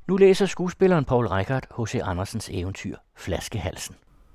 Nu læser skuespilleren Poul Reichhardt H.C. Andersens eventyr Flaskehalsen.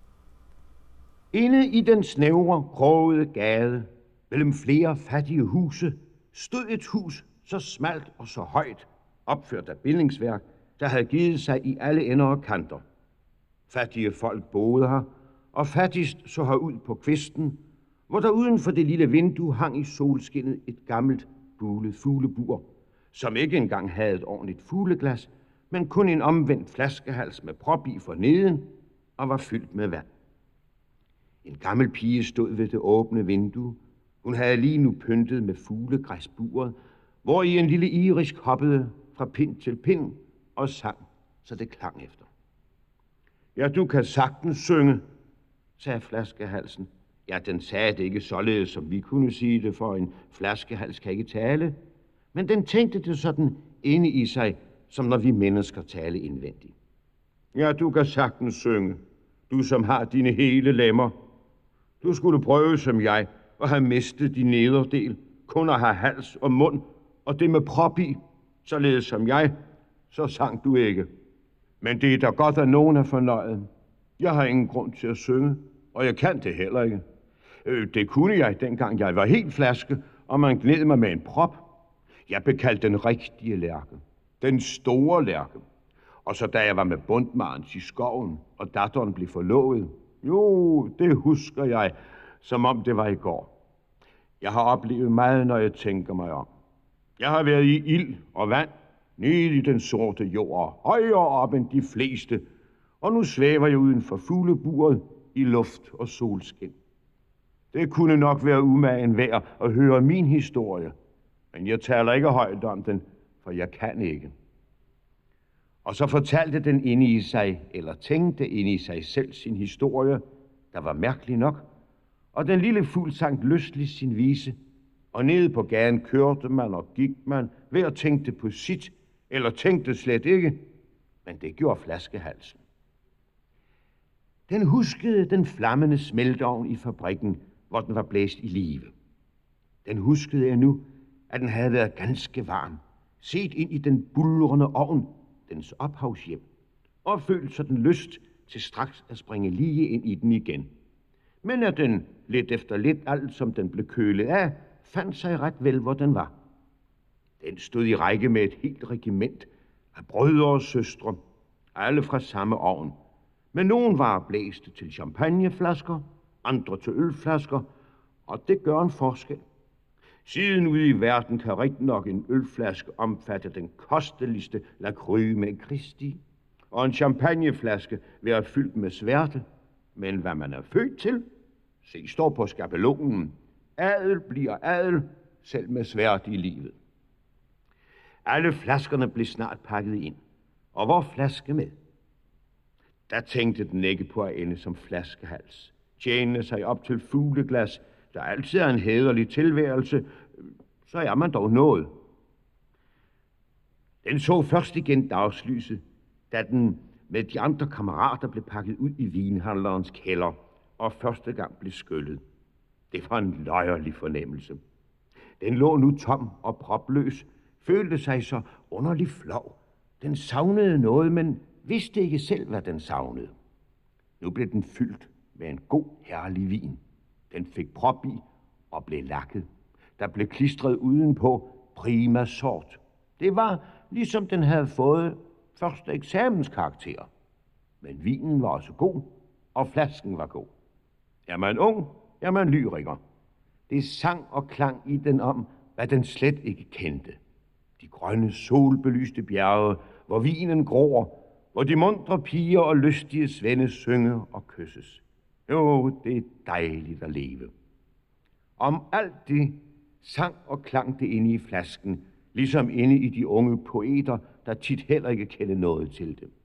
Inde i den snævre, krogede gade, mellem flere fattige huse, stod et hus så smalt og så højt, opført af bindingsværk, der havde givet sig i alle ender og kanter. Fattige folk boede her, og fattigst så her ud på kvisten, hvor der uden for det lille vindue hang i solskinnet et gammelt bulet fuglebur, som ikke engang havde et ordentligt fugleglas, men kun en omvendt flaskehals med prop i for neden og var fyldt med vand. En gammel pige stod ved det åbne vindue. Hun havde lige nu pyntet med fuglegræsburet, hvor i en lille irisk hoppede fra pind til pind og sang, så det klang efter. Ja, du kan sagtens synge, sagde flaskehalsen. Ja, den sagde det ikke således, som vi kunne sige det, for en flaskehals kan ikke tale. Men den tænkte det sådan inde i sig, som når vi mennesker tale indvendigt. Ja, du kan sagtens synge, du som har dine hele lemmer. Du skulle prøve som jeg at have mistet din nederdel, kun at have hals og mund, og det med prop i, således som jeg, så sang du ikke. Men det er da godt, at nogen er fornøjet. Jeg har ingen grund til at synge, og jeg kan det heller ikke. Det kunne jeg, dengang jeg var helt flaske, og man gned mig med en prop. Jeg bekaldte den rigtige lærke, den store lærke. Og så da jeg var med Bundmarens i skoven, og datteren blev forlovet, jo, det husker jeg, som om det var i går. Jeg har oplevet meget, når jeg tænker mig om. Jeg har været i ild og vand, nede i den sorte jord, højere op end de fleste, og nu svæver jeg uden for fugleburet i luft og solskin. Det kunne nok være umagen værd at høre min historie, men jeg taler ikke højt om den, for jeg kan ikke. Og så fortalte den inde i sig, eller tænkte inde i sig selv sin historie, der var mærkelig nok, og den lille fugl sang lystligt sin vise, og nede på gaden kørte man og gik man, ved at tænkte på sit, eller tænkte slet ikke, men det gjorde flaskehalsen. Den huskede den flammende smeltovn i fabrikken, hvor den var blæst i live. Den huskede endnu, at den havde været ganske varm, set ind i den bulrende ovn, dens ophavshjem, og følte sådan lyst til straks at springe lige ind i den igen. Men at den lidt efter lidt, alt som den blev kølet af, fandt sig ret vel, hvor den var. Den stod i række med et helt regiment af brødre og søstre, alle fra samme ovn. Men nogen var blæste til champagneflasker, andre til ølflasker, og det gør en forskel. Siden ude i verden kan rigtig nok en ølflaske omfatte den kosteligste lacryme med Kristi, og en champagneflaske være fyldt med sværte. Men hvad man er født til, se står på skabelonen, adel bliver adel, selv med sværte i livet. Alle flaskerne blev snart pakket ind, og hvor flaske med? Der tænkte den ikke på at ende som flaskehals, tjene sig op til fugleglas, der altid er en hæderlig tilværelse, så er man dog nået. Den så først igen dagslyset, da den med de andre kammerater blev pakket ud i vinhandlerens kælder, og første gang blev skyllet. Det var en løjerlig fornemmelse. Den lå nu tom og propløs, følte sig så underligt flov. Den savnede noget, men vidste ikke selv, hvad den savnede. Nu blev den fyldt med en god, herlig vin. Den fik prop i og blev lakket. Der blev klistret udenpå prima sort. Det var ligesom den havde fået første eksamenskarakter. Men vinen var også god, og flasken var god. Er man ung, er man lyriker. Det sang og klang i den om, hvad den slet ikke kendte. De grønne solbelyste bjerge, hvor vinen gror, hvor de muntre piger og lystige svende synge og kysses. Jo, det er dejligt at leve. Om alt det sang og klang det inde i flasken, ligesom inde i de unge poeter, der tit heller ikke kendte noget til dem.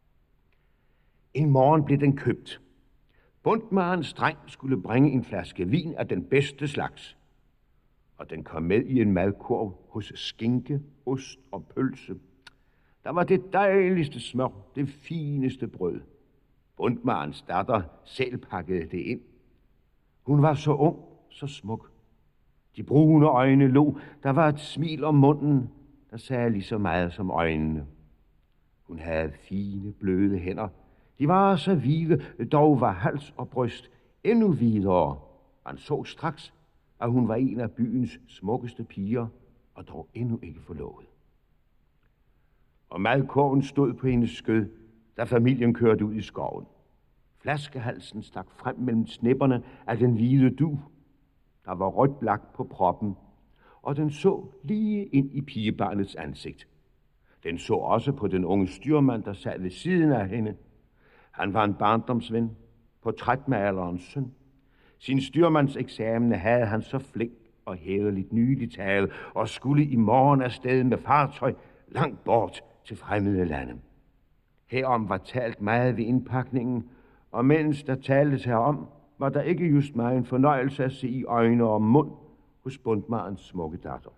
En morgen blev den købt. Bundmarens dreng skulle bringe en flaske vin af den bedste slags, og den kom med i en madkurv hos skinke, ost og pølse. Der var det dejligste smør, det fineste brød. Bundmarens datter selv pakkede det ind. Hun var så ung, så smuk. De brune øjne lå, der var et smil om munden, der sagde lige så meget som øjnene. Hun havde fine, bløde hænder. De var så hvide, dog var hals og bryst endnu hvidere. Han så straks, at hun var en af byens smukkeste piger, og dog endnu ikke forlovet. Og madkurven stod på hendes skød, da familien kørte ud i skoven. Flaskehalsen stak frem mellem snipperne af den hvide dug. Der var rødt lagt på proppen, og den så lige ind i pigebarnets ansigt. Den så også på den unge styrmand, der sad ved siden af hende. Han var en barndomsven, portrætmalerens søn. Sin styrmandseksamen havde han så flink og hæderligt nyligt taget, og skulle i morgen afsted med fartøj langt bort til fremmede lande. Herom var talt meget ved indpakningen, og mens der taltes herom, var der ikke just meget en fornøjelse at se i øjne og mund hos bondmarens smukke datter.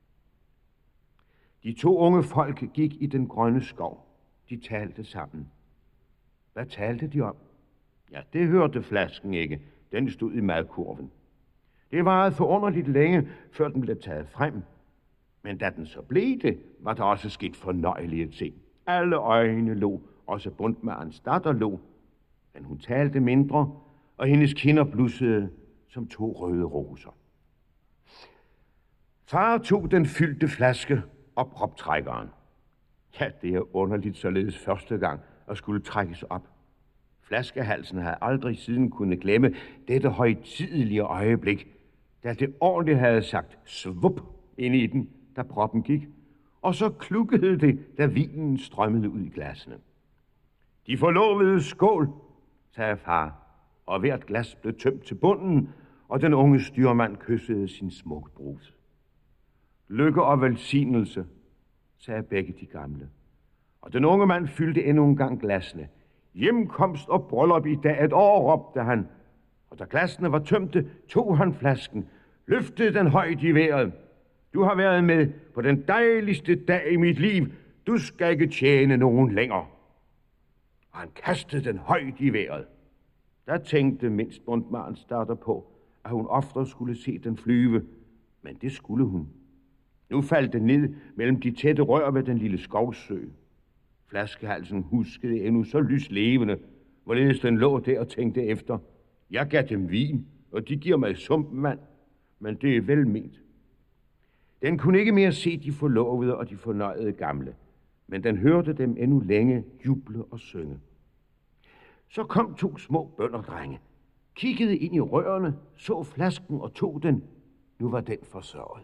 De to unge folk gik i den grønne skov. De talte sammen. Hvad talte de om? Ja, det hørte flasken ikke. Den stod i madkurven. Det varede forunderligt længe, før den blev taget frem. Men da den så blev det, var der også sket fornøjelige ting. Alle øjne lå, også bondmarens datter lå. Men hun talte mindre, og hendes kinder blussede som to røde roser. Far tog den fyldte flaske og proptrækkeren. Ja, det er underligt således første gang at skulle trækkes op. Flaskehalsen havde aldrig siden kunne glemme dette højtidelige øjeblik, da det ordentligt havde sagt svup ind i den, da proppen gik, og så klukkede det, da vinen strømmede ud i glassene. De forlovede skål, sagde far, og hvert glas blev tømt til bunden, og den unge styrmand kyssede sin smukke bruse. Lykke og velsignelse, sagde begge de gamle. Og den unge mand fyldte endnu en gang glasene. Hjemkomst og bryllup i dag et år, råbte han. Og da glasene var tømte, tog han flasken, løftede den højt i vejret. Du har været med på den dejligste dag i mit liv. Du skal ikke tjene nogen længere. Og han kastede den højt i vejret. Der tænkte mindst bondmarens datter på, at hun oftere skulle se den flyve. Men det skulle hun. Nu faldt den ned mellem de tætte rør ved den lille skovsø. Flaskehalsen huskede endnu så lyslevende, hvorledes den lå der og tænkte efter. Jeg gav dem vin, og de giver mig sumpen vand, men det er vel ment. Den kunne ikke mere se de forlovede og de fornøjede gamle, men den hørte dem endnu længe juble og synge. Så kom to små bønderdrenge, kiggede ind i rørene, så flasken og tog den. Nu var den forsørget.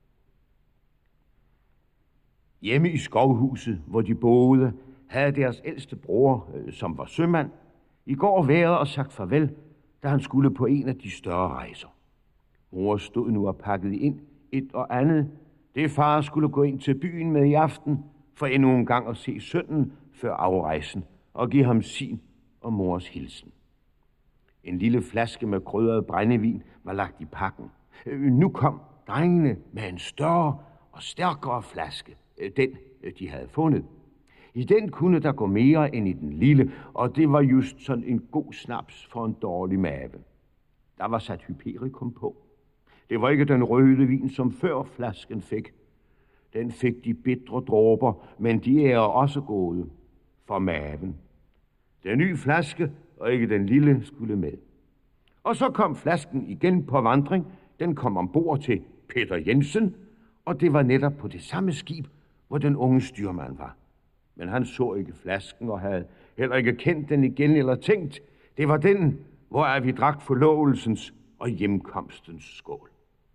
Hjemme i skovhuset, hvor de boede, havde deres ældste bror, som var sømand, i går været og sagt farvel, da han skulle på en af de større rejser. Mor stod nu og pakkede ind et og andet. Det far skulle gå ind til byen med i aften, for endnu en gang at se sønnen før afrejsen og give ham sin og mors hilsen. En lille flaske med krydret brændevin var lagt i pakken. Nu kom drengene med en større og stærkere flaske, den de havde fundet. I den kunne der gå mere end i den lille, og det var just sådan en god snaps for en dårlig mave. Der var sat hyperikum på. Det var ikke den røde vin, som før flasken fik. Den fik de bitre dråber, men de er også gode for maven. Den nye flaske, og ikke den lille, skulle med. Og så kom flasken igen på vandring. Den kom ombord til Peter Jensen, og det var netop på det samme skib, hvor den unge styrmand var. Men han så ikke flasken og havde heller ikke kendt den igen eller tænkt. Det var den, hvor vi drak forlovelsens og hjemkomstens skål.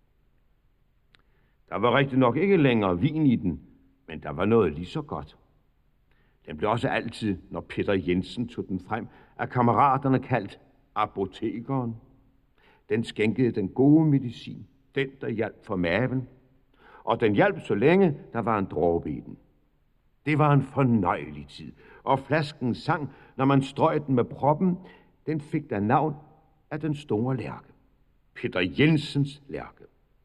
Der var rigtig nok ikke længere vin i den, men der var noget lige så godt. Den blev også altid, når Peter Jensen tog den frem, af kammeraterne kaldt apotekeren. Den skænkede den gode medicin, den der hjalp for maven, og den hjalp så længe, der var en dråbe i den. Det var en fornøjelig tid, og flasken sang, når man strøg den med proppen. Den fik da navn af den store lærke. Peter Jensens lærke.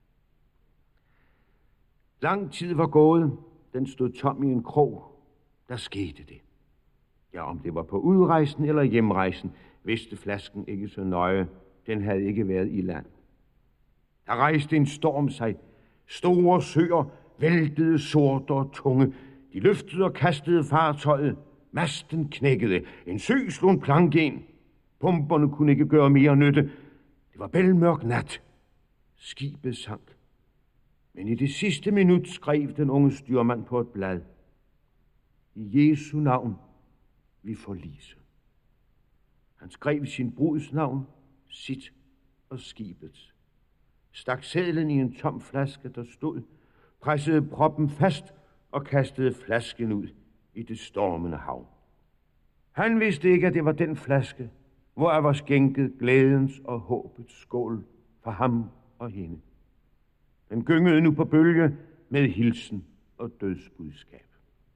Lang tid var gået. Den stod tom i en krog. Der skete det. Ja, om det var på udrejsen eller hjemrejsen, vidste flasken ikke så nøje. Den havde ikke været i land. Der rejste en storm sig. Store søer væltede sorte og tunge. De løftede og kastede fartøjet. Masten knækkede. En sø slog en planke ind. Pumperne kunne ikke gøre mere nytte. Det var bælmørk nat. Skibet sank. Men i det sidste minut skrev den unge styrmand på et blad: I Jesu navn, vi forlise. Han skrev sin bruds navn, sit og skibets. Stak sedlen i en tom flaske, der stod, pressede proppen fast og kastede flasken ud i det stormende hav. Han vidste ikke, at det var den flaske, hvor jeg var skænket glædens og håbets skål for ham og hende. Den gyngede nu på bølge med hilsen og dødsbudskab.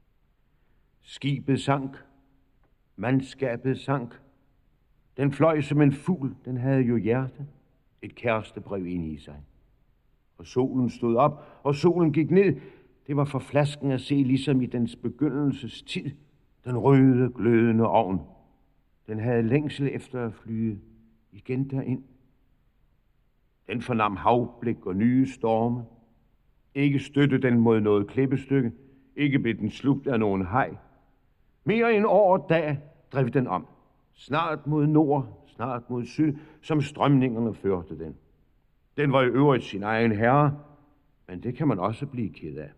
Skibet sank, mandskabet sank. Den fløj som en fugl, den havde jo hjerte, et kærestebrev inde i sig. Og solen stod op, og solen gik ned. Det var for flasken at se, ligesom i dens begyndelses tid, den røde, glødende ovn. Den havde længsel efter at flyde igen derind. Den fornam havblik og nye storme. Ikke støtte den mod noget klippestykke. Ikke blev den slugt af nogen haj. Mere end år og dag drev den om. Snart mod nord, snart mod syd, som strømningerne førte den. Den var i øvrigt sin egen herre, men det kan man også blive ked af.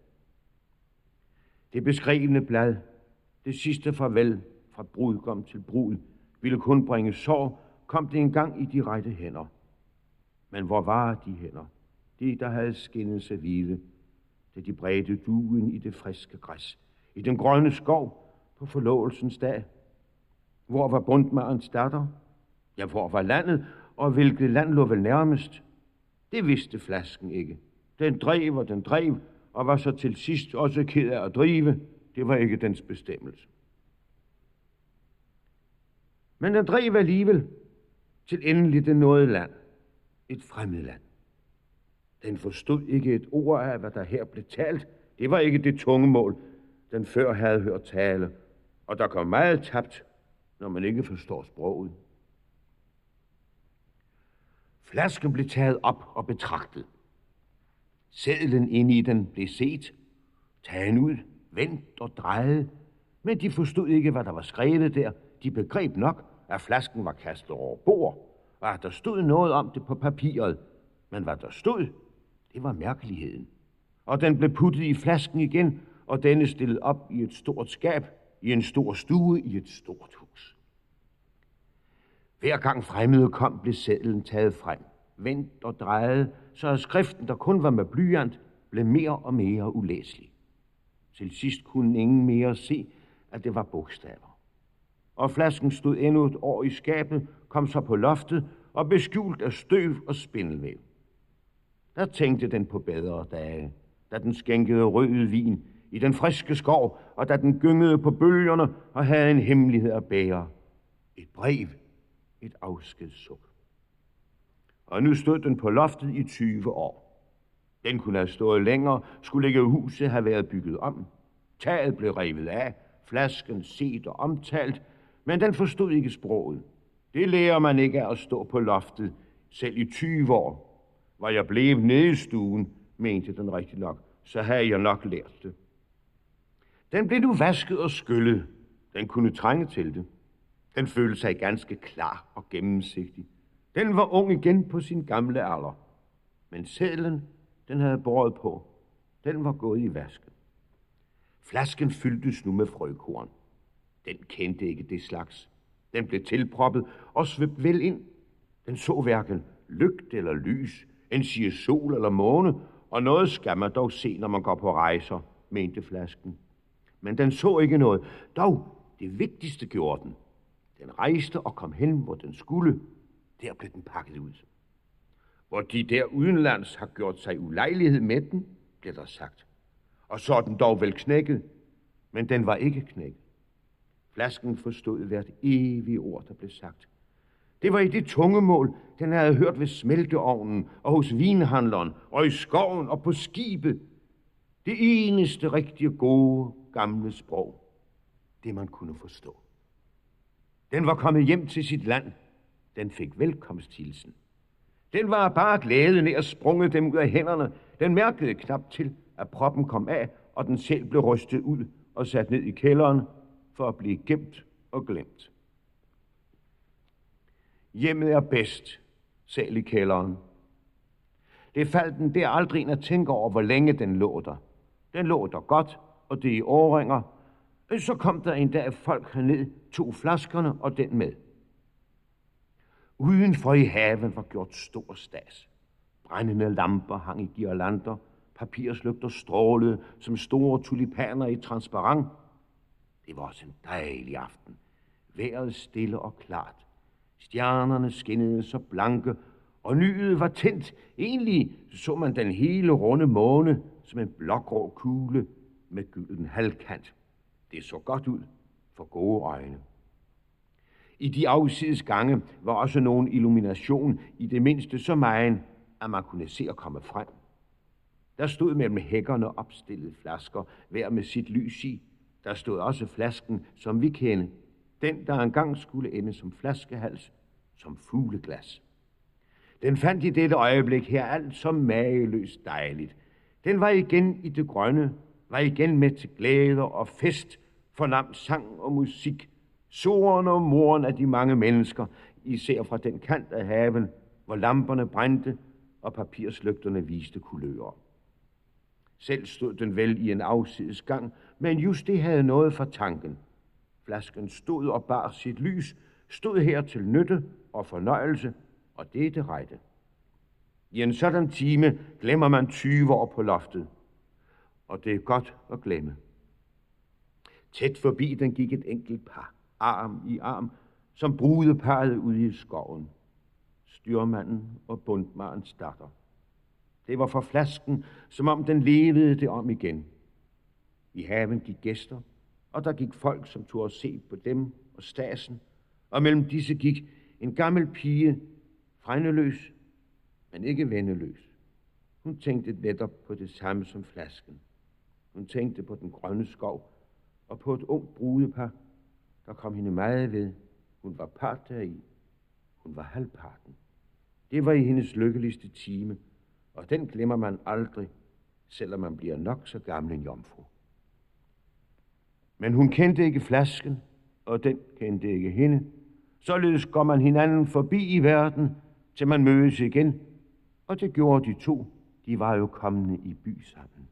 Det beskrevne blad, det sidste farvel fra brudgom til brud, ville kun bringe sorg, kom det engang i de rette hænder. Men hvor var de hænder? De, der havde skinnet sig hvide, da de bredte duen i det friske græs, i den grønne skov på forlovelsens dag. Hvor var bondmarens datter? Ja, hvor var landet, og hvilket land lå vel nærmest? Det vidste flasken ikke. Den drev, og den drev, og var så til sidst også ked af at drive. Det var ikke dens bestemmelse. Men den drev alligevel til endelig det nåede land. Et fremmed land. Den forstod ikke et ord af, hvad der her blev talt. Det var ikke det tungemål, den før havde hørt tale. Og der kom meget tabt, når man ikke forstår sproget. Flasken blev taget op og betragtet. Sedlen inde i den blev set, taget ud, vendt og drejet. Men de forstod ikke, hvad der var skrevet der. De begreb nok, at flasken var kastet over bord, og at der stod noget om det på papiret. Men hvad der stod, det var mærkeligheden. Og den blev puttet i flasken igen, og denne stillet op i et stort skab, i en stor stue, i et stort hus. Hver gang fremmede kom, blev sedlen taget frem, vendt og drejet, så skriften, der kun var med blyant, blev mere og mere ulæselig. Til sidst kunne ingen mere se, at det var bogstaver. Og flasken stod endnu et år i skabet, kom så på loftet og blev skjult af støv og spindelvæv. Der tænkte den på bedre dage, da den skænkede rød vin i den friske skov, og da den gyngede på bølgerne og havde en hemmelighed at bære. Et brev, et afskedssuk. Og nu stod den på loftet i 20 år. Den kunne have stået længere, skulle ikke huset have været bygget om. Taget blev revet af, flasken set og omtalt, men den forstod ikke sproget. Det lærer man ikke af at stå på loftet, selv i 20 år. Hvor jeg blev nede i stuen, mente den rigtig nok, så havde jeg nok lært det. Den blev nu vasket og skyllet. Den kunne trænge til det. Den følte sig ganske klar og gennemsigtig. Den var ung igen på sin gamle alder. Men sedlen, den havde båret på, den var gået i vasken. Flasken fyldtes nu med frøkorn. Den kendte ikke det slags. Den blev tilproppet og svøbt vel ind. Den så hverken lygt eller lys, en siger sol eller måne, og noget skal man dog se, når man går på rejser, mente flasken. Men den så ikke noget. Dog, det vigtigste gjorde den. Den rejste og kom hen, hvor den skulle. Der blev den pakket ud. Hvor de der udenlands har gjort sig ulejlighed med den, blev der sagt. Og så er den dog vel knækket, men den var ikke knækket. Flasken forstod hvert evige ord, der blev sagt. Det var i det tungemål, den havde hørt ved smelteovnen og hos vinhandleren og i skoven og på skibet. Det eneste rigtige gode, gamle sprog. Det man kunne forstå. Den var kommet hjem til sit land. Den fik velkomsthilsen. Den var bare glæden af at sprunge dem ud af hænderne. Den mærkede knap til, at proppen kom af, og den selv blev rystet ud og sat ned i kælderen for at blive gemt og glemt. Hjemmet er bedst, selv i kælderen. Det faldt den der aldrig ind at tænke over, hvor længe den lå der. Den lå der godt, og det i årringer. Så kom der en dag folk herned, tog flaskerne og den med. Udenfor i haven var gjort stor stas. Brændende lamper hang i girlander, papirslygter strålede som store tulipaner i transparent. Det var også en dejlig aften. Vejret stille og klart. Stjernerne skinnede så blanke, og nyet var tændt. Egentlig så man den hele runde måne som en blågrå kugle med gylden halvkant. Det så godt ud for gode øjne. I de afsides gange var også nogen illumination, i det mindste så megen, at man kunne se at komme frem. Der stod mellem hækkerne opstillede flasker, hver med sit lys i. Der stod også flasken, som vi kender. Den, der engang skulle ende som flaskehals, som fugleglas. Den fandt i dette øjeblik her alt så mageløst dejligt. Den var igen i det grønne, var igen med til glæder og fest, fornamt sang og musik, soren og moren af de mange mennesker, især fra den kant af haven, hvor lamperne brændte og papirslygterne viste kulører. Selv stod den vel i en afsides gang, men just det havde noget for tanken. Flasken stod og bar sit lys, stod her til nytte og fornøjelse, og det er det rette. I en sådan time glemmer man 20 år på loftet, og det er godt at glemme. Tæt forbi den gik et enkelt par, arm i arm, som brudeparret ude i skoven. Styrmanden og bundmarens datter. Det var for flasken, som om den levede det om igen. I haven gik gæster, og der gik folk, som turde at se på dem og stasen, og mellem disse gik en gammel pige, frændeløs, men ikke venneløs. Hun tænkte netop på det samme som flasken. Hun tænkte på den grønne skov, og på et ungt brudepar, der kom hende meget ved. Hun var part deri. Hun var halvparten. Det var i hendes lykkeligste time, og den glemmer man aldrig, selvom man bliver nok så gammel en jomfru. Men hun kendte ikke flasken, og den kendte ikke hende. Således går man hinanden forbi i verden, til man mødes igen, og det gjorde de to. De var jo kommende i by sammen.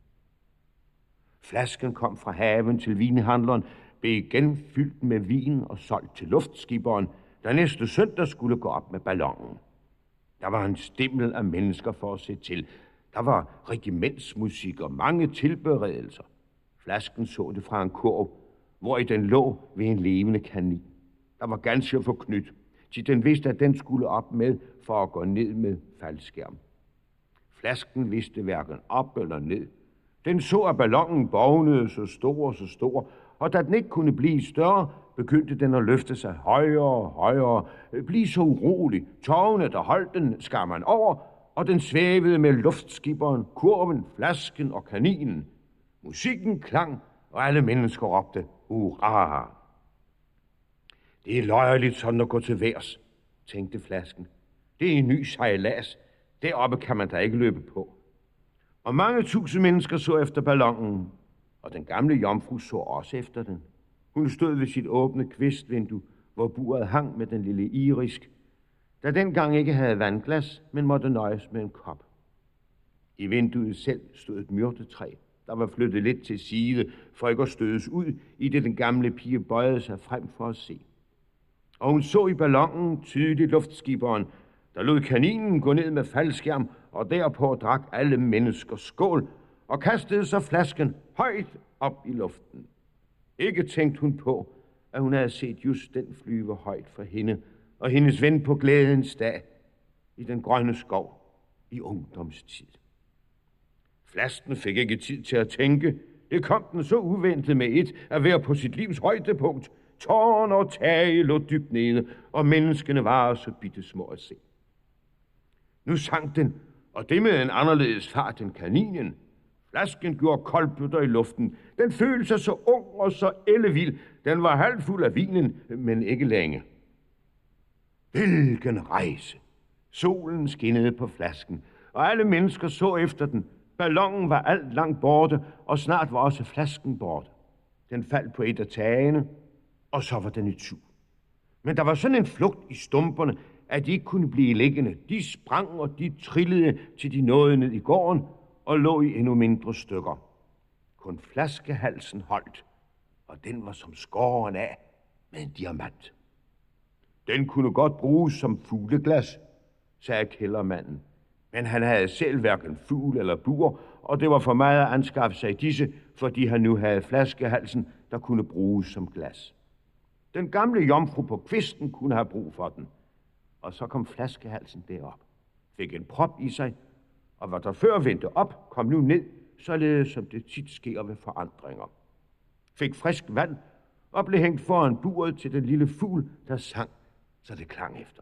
Flasken kom fra haven til vinhandleren, blev igen fyldt med vin og solgt til luftskiberen, der næste søndag skulle gå op med ballonen. Der var en stimmel af mennesker for at se til. Der var regimentsmusik og mange tilberedelser. Flasken så det fra en kurv, hvor i den lå ved en levende kanin. Der var ganske forknyt, til den vidste, at den skulle op med for at gå ned med faldskærm. Flasken vidste hverken op eller ned. Den så, at ballonen bognede så stor, og da den ikke kunne blive større, begyndte den at løfte sig højere og højere, blive så urolig. Tårne, der holdt den, skar man over, og den svævede med luftskiberen, kurven, flasken og kaninen. Musikken klang, og alle mennesker råbte, hurra! Det er løjerligt sådan at gå til værs, tænkte flasken. Det er en ny sejlads. Deroppe kan man da ikke løbe på. Og mange tusind mennesker så efter ballonen, og den gamle jomfru så også efter den. Hun stod ved sit åbne kvistvindue, hvor buret hang med den lille irisk, der dengang ikke havde vandglas, men måtte nøjes med en kop. I vinduet selv stod et myrtetræ, der var flyttet lidt til side, for ikke at stødes ud, i det den gamle pige bøjede sig frem for at se. Og hun så i ballonen tydeligt luftskiberen, der lod kaninen gå ned med faldskærm, og derpå drak alle mennesker skål, og kastede så flasken højt op i luften. Ikke tænkte hun på, at hun havde set just den flyve højt for hende, og hendes ven på glædens dag, i den grønne skov, i ungdomstid. Flasken fik ikke tid til at tænke. Det kom den så uventet med et at være på sit livs højdepunkt. Tårn og tage lå dybt nede, og menneskene var så bitte små at se. Nu sang den, og det med en anderledes fart end kaninen. Flasken gjorde koldbøtter i luften. Den følte sig så ung og så ellevild. Den var halvfuld af vinen, men ikke længe. Hvilken rejse! Solen skinnede på flasken, og alle mennesker så efter den. Ballonen var alt langt borte, og snart var også flasken borte. Den faldt på et af tagene, og så var den i tur. Men der var sådan en flugt i stumperne, at de ikke kunne blive liggende. De sprang, og de trillede, til de nåede ned i gården og lå i endnu mindre stykker. Kun flaskehalsen holdt, og den var som skåren af med en diamant. Den kunne godt bruges som fugleglas, sagde kældermanden. Men han havde selv hverken fugl eller bur, og det var for meget at anskaffe sig disse, fordi han nu havde flaskehalsen, der kunne bruges som glas. Den gamle jomfru på kvisten kunne have brug for den. Og så kom flaskehalsen derop, fik en prop i sig, og hvad der før vendte op, kom nu ned, således som det tit sker ved forandringer. Fik frisk vand og blev hængt foran buret til den lille fugl, der sang, så det klang efter.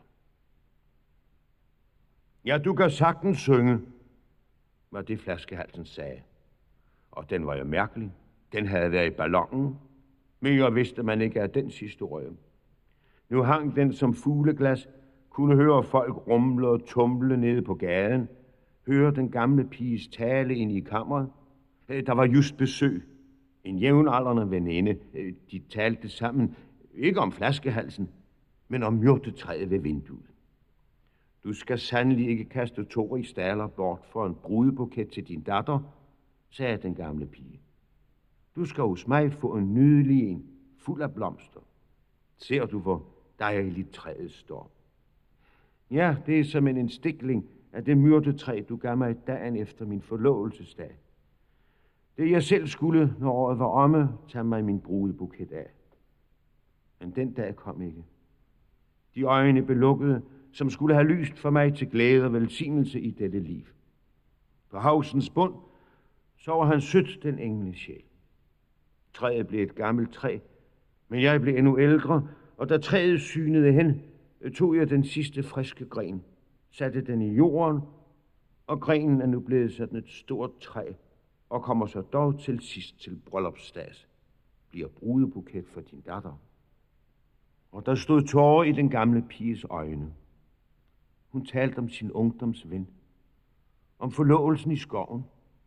Ja, du kan sagtens synge, var det flaskehalsen sagde. Og den var jo mærkelig. Den havde været i ballonen, men jeg vidste man ikke af dens historie. Nu hang den som fugleglas, kunne høre folk rumle og tumle nede på gaden, høre den gamle piges tale ind i kammeret. Der var just besøg. En jævnaldrende veninde. De talte sammen, ikke om flaskehalsen, men om myrtetræet ved vinduet. Du skal sandelig ikke kaste 2 rigsdaler bort for en brudebuket til din datter, sagde den gamle pige. Du skal hos mig få en nydelig en, fuld af blomster. Ser du, hvor dejligt træet står? Ja, det er som en stikling af det myrtetræ, du gav mig dagen efter min forlovelsesdag. Det jeg selv skulle, når året var omme, tage mig min brudebuket af. Men den dag kom ikke. De øjne belukkede, som skulle have lyst for mig til glæde og velsignelse i dette liv. På havsens bund sover han sødt den engle sjæl. Træet blev et gammelt træ, men jeg blev endnu ældre, og da træet synede hen, tog jeg den sidste friske gren, satte den i jorden, og grenen er nu blevet sådan et stort træ, og kommer så dog til sidst til bryllupsdags, bliver brudebuket for din datter. Og der stod tårer i den gamle piges øjne. Hun talte om sin ungdomsven, om forlovelsen i skoven.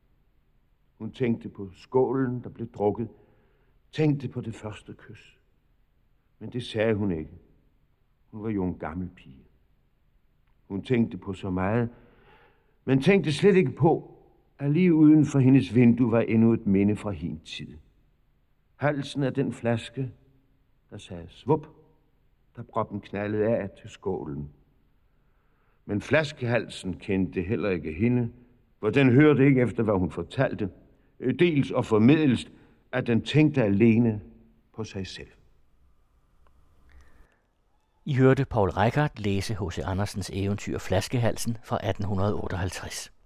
Hun tænkte på skålen, der blev drukket, tænkte på det første kys. Men det sagde hun ikke. Hun var jo en gammel pige. Hun tænkte på så meget, men tænkte slet ikke på, at lige uden for hendes vindue var endnu et minde fra hin tid. Halsen af den flaske, der sagde svup, da proppen knaldede af til skålen. Men flaskehalsen kendte heller ikke hende, for den hørte ikke efter, hvad hun fortalte. Dels og formiddelst, at den tænkte alene på sig selv. I hørte Poul Reichhardt læse H.C. Andersens eventyr Flaskehalsen fra 1858.